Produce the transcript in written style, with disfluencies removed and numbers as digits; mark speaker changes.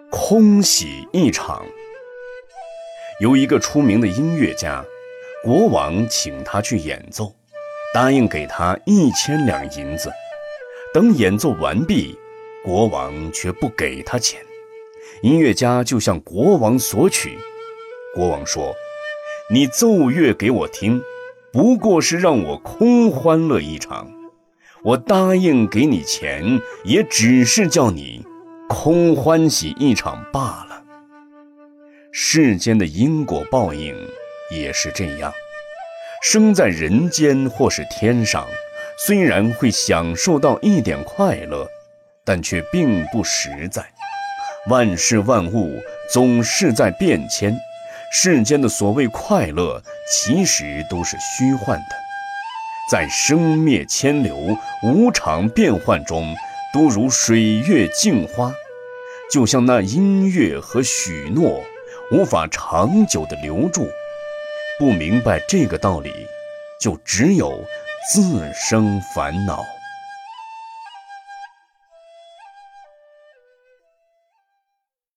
Speaker 1: 空喜一场。有一个出名的音乐家，国王请他去演奏，答应给他1000两银子。等演奏完毕，国王却不给他钱。音乐家就向国王索取。国王说：你奏乐给我听，不过是让我空欢乐一场，我答应给你钱，也只是叫你空欢喜一场罢了。世间的因果报应也是这样，生在人间或是天上，虽然会享受到一点快乐，但却并不实在。万事万物总是在变迁，世间的所谓快乐其实都是虚幻的，在生灭迁流、无常变幻中，都如水月镜花，就像那音乐和许诺，无法长久地留住。不明白这个道理，就只有自生烦恼。